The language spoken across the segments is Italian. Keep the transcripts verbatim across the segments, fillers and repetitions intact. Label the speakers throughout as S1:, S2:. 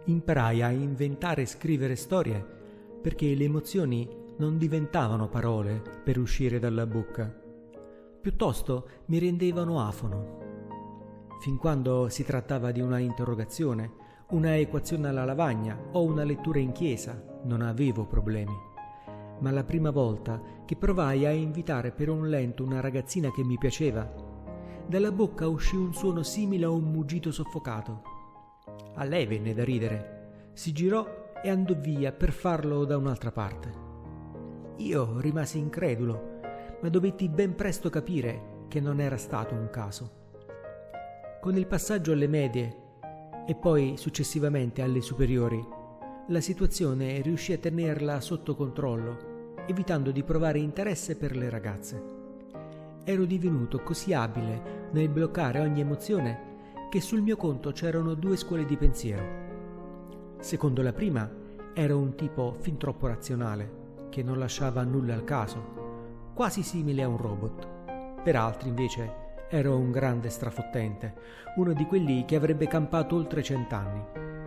S1: imparai a inventare e scrivere storie perché le emozioni non diventavano parole per uscire dalla bocca, piuttosto mi rendevano afono. Fin quando si trattava di una interrogazione, una equazione alla lavagna o una lettura in chiesa, non avevo problemi. Ma la prima volta che provai a invitare per un lento una ragazzina che mi piaceva, dalla bocca uscì un suono simile a un muggito soffocato. A lei venne da ridere, si girò e andò via per farlo da un'altra parte. Io rimasi incredulo, ma dovetti ben presto capire che non era stato un caso. Con il passaggio alle medie e poi successivamente alle superiori, la situazione riuscì a tenerla sotto controllo, evitando di provare interesse per le ragazze. Ero divenuto così abile nel bloccare ogni emozione che sul mio conto c'erano due scuole di pensiero. Secondo la prima, ero un tipo fin troppo razionale, che non lasciava nulla al caso, quasi simile a un robot. Per altri, invece, ero un grande strafottente, uno di quelli che avrebbe campato oltre cent'anni.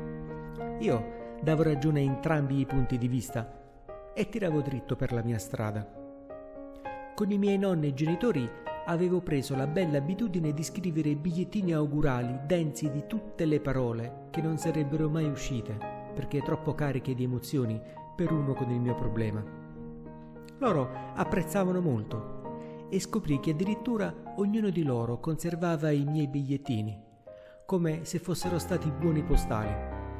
S1: Io davo ragione a entrambi i punti di vista e tiravo dritto per la mia strada. Con i miei nonni e genitori avevo preso la bella abitudine di scrivere bigliettini augurali densi di tutte le parole che non sarebbero mai uscite, perché troppo cariche di emozioni per uno con il mio problema. Loro apprezzavano molto e scoprì che addirittura ognuno di loro conservava i miei bigliettini, come se fossero stati buoni postali.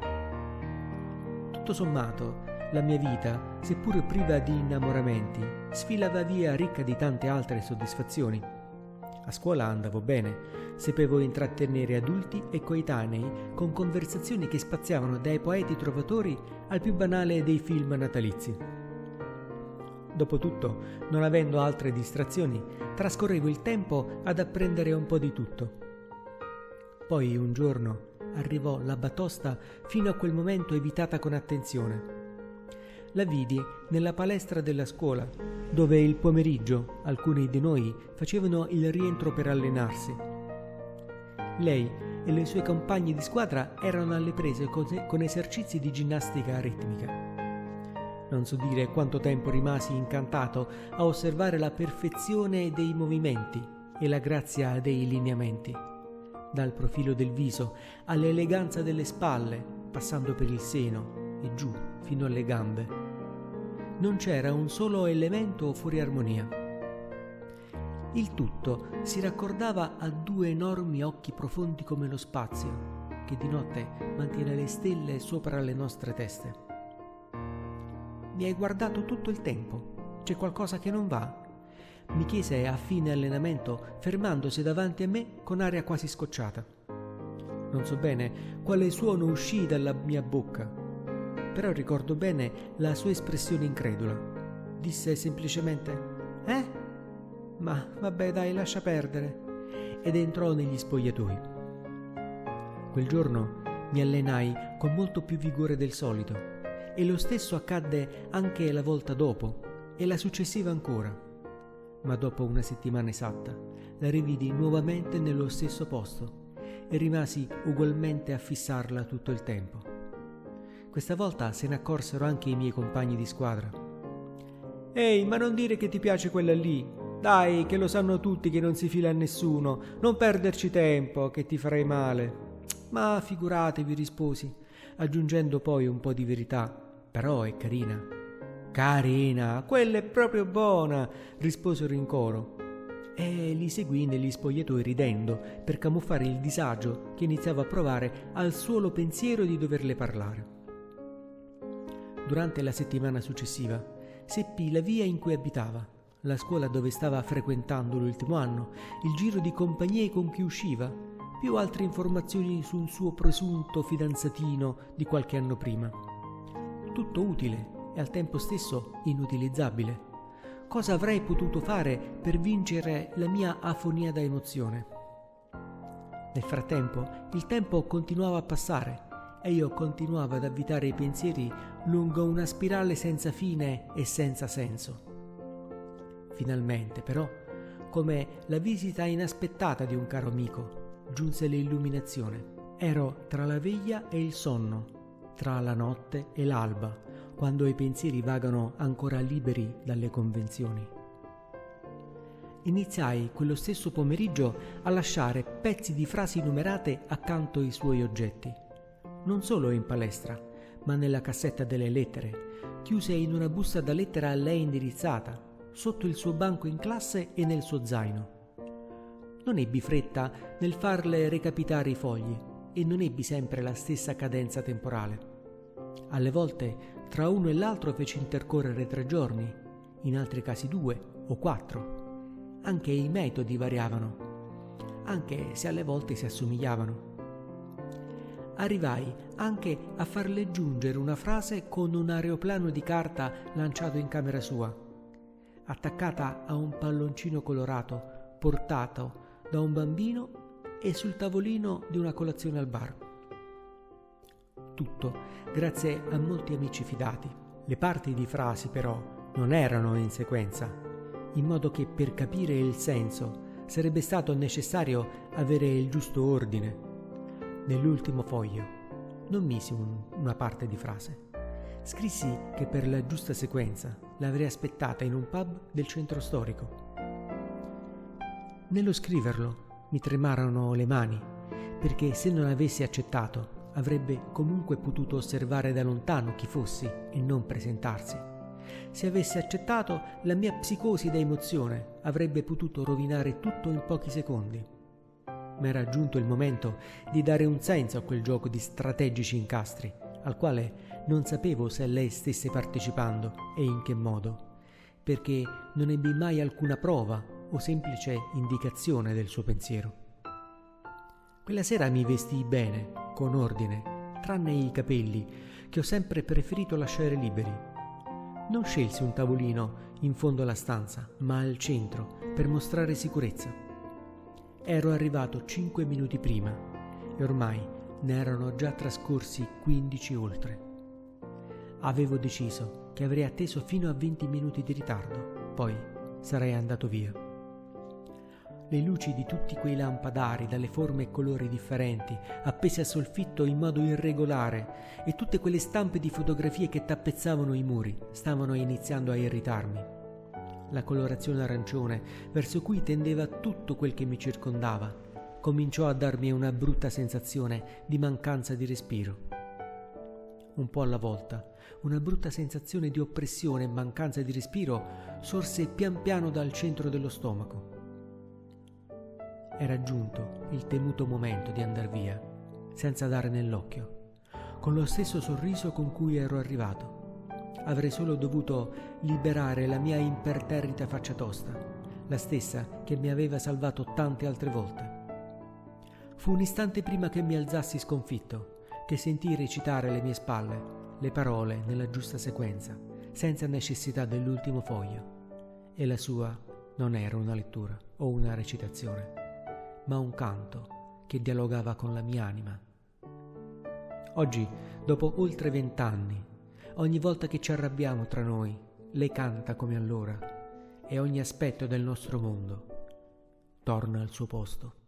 S1: Tutto sommato, la mia vita, seppur priva di innamoramenti, sfilava via ricca di tante altre soddisfazioni. A scuola andavo bene, sapevo intrattenere adulti e coetanei con conversazioni che spaziavano dai poeti trovatori al più banale dei film natalizi. Dopotutto, non avendo altre distrazioni, trascorrevo il tempo ad apprendere un po' di tutto. Poi un giorno arrivò la batosta fino a quel momento evitata con attenzione. La vidi nella palestra della scuola, dove il pomeriggio alcuni di noi facevano il rientro per allenarsi. Lei e le sue compagne di squadra erano alle prese con esercizi di ginnastica ritmica. Non so dire quanto tempo rimasi incantato a osservare la perfezione dei movimenti e la grazia dei lineamenti, dal profilo del viso all'eleganza delle spalle, passando per il seno e giù fino alle gambe. Non c'era un solo elemento fuori armonia. Il tutto si raccordava a due enormi occhi profondi come lo spazio, che di notte mantiene le stelle sopra le nostre teste. Mi hai guardato tutto il tempo? C'è qualcosa che non va? Mi chiese a fine allenamento, fermandosi davanti a me con aria quasi scocciata. Non so bene quale suono uscì dalla mia bocca, però ricordo bene la sua espressione incredula. Disse semplicemente: «Eh? Ma vabbè dai, lascia perdere», ed entrò negli spogliatoi. Quel giorno mi allenai con molto più vigore del solito, e lo stesso accadde anche la volta dopo e la successiva ancora. Ma dopo una settimana esatta la rividi nuovamente nello stesso posto e rimasi ugualmente a fissarla tutto il tempo. Questa volta se ne accorsero anche i miei compagni di squadra. «Ehi, ma non dire che ti piace quella lì! Dai, che lo sanno tutti che non si fila a nessuno! Non perderci tempo, che ti farei male!» «Ma figuratevi», risposi, aggiungendo poi un po' di verità. «Però è carina». «Carina, quella è proprio buona», risposero in coro. E li seguì negli spogliatoi ridendo per camuffare il disagio che iniziavo a provare al solo pensiero di doverle parlare. Durante la settimana successiva seppi la via in cui abitava, la scuola dove stava frequentando l'ultimo anno, il giro di compagnie con cui usciva, più altre informazioni su un suo presunto fidanzatino di qualche anno prima. Tutto utile e al tempo stesso inutilizzabile. Cosa avrei potuto fare per vincere la mia afonia da emozione? Nel frattempo, il tempo continuava a passare e io continuavo ad avvitare i pensieri lungo una spirale senza fine e senza senso. Finalmente, però, come la visita inaspettata di un caro amico, giunse l'illuminazione. Ero tra la veglia e il sonno, tra la notte e l'alba, quando i pensieri vagano ancora liberi dalle convenzioni. Iniziai quello stesso pomeriggio a lasciare pezzi di frasi numerate accanto ai suoi oggetti, non solo in palestra, ma nella cassetta delle lettere, chiuse in una busta da lettera a lei indirizzata, sotto il suo banco in classe e nel suo zaino. Non ebbi fretta nel farle recapitare i fogli e non ebbi sempre la stessa cadenza temporale. Alle volte tra uno e l'altro feci intercorrere tre giorni, in altri casi due o quattro. Anche i metodi variavano, anche se alle volte si assomigliavano. Arrivai anche a farle giungere una frase con un aeroplano di carta lanciato in camera sua, attaccata a un palloncino colorato portato da un bambino e sul tavolino di una colazione al bar. Tutto grazie a molti amici fidati. Le parti di frasi però non erano in sequenza, in modo che per capire il senso sarebbe stato necessario avere il giusto ordine. Nell'ultimo foglio non misi un, una parte di frase. Scrissi che per la giusta sequenza l'avrei aspettata in un pub del centro storico. Nello scriverlo mi tremarono le mani, perché se non avessi accettato avrebbe comunque potuto osservare da lontano chi fossi e non presentarsi. Se avesse accettato, la mia psicosi da emozione avrebbe potuto rovinare tutto in pochi secondi. Ma era giunto il momento di dare un senso a quel gioco di strategici incastri, al quale non sapevo se lei stesse partecipando e in che modo, perché non ebbi mai alcuna prova o semplice indicazione del suo pensiero. Quella sera mi vestii bene, con ordine, tranne i capelli, che ho sempre preferito lasciare liberi. Non scelsi un tavolino in fondo alla stanza, ma al centro, per mostrare sicurezza. Ero arrivato cinque minuti prima e ormai ne erano già trascorsi quindici oltre. Avevo deciso che avrei atteso fino a venti minuti di ritardo, poi sarei andato via. Le luci di tutti quei lampadari dalle forme e colori differenti, appesi al soffitto in modo irregolare, e tutte quelle stampe di fotografie che tappezzavano i muri, stavano iniziando a irritarmi. La colorazione arancione, verso cui tendeva tutto quel che mi circondava, cominciò a darmi una brutta sensazione di mancanza di respiro. Un po' alla volta, una brutta sensazione di oppressione e mancanza di respiro sorse pian piano dal centro dello stomaco. Era giunto il temuto momento di andar via, senza dare nell'occhio, con lo stesso sorriso con cui ero arrivato. Avrei solo dovuto liberare la mia imperterrita faccia tosta, la stessa che mi aveva salvato tante altre volte. Fu un istante prima che mi alzassi sconfitto, che sentii recitare alle mie spalle le parole nella giusta sequenza, senza necessità dell'ultimo foglio. E la sua non era una lettura o una recitazione, ma un canto che dialogava con la mia anima. Oggi, dopo oltre vent'anni, ogni volta che ci arrabbiamo tra noi, lei canta come allora, e ogni aspetto del nostro mondo torna al suo posto.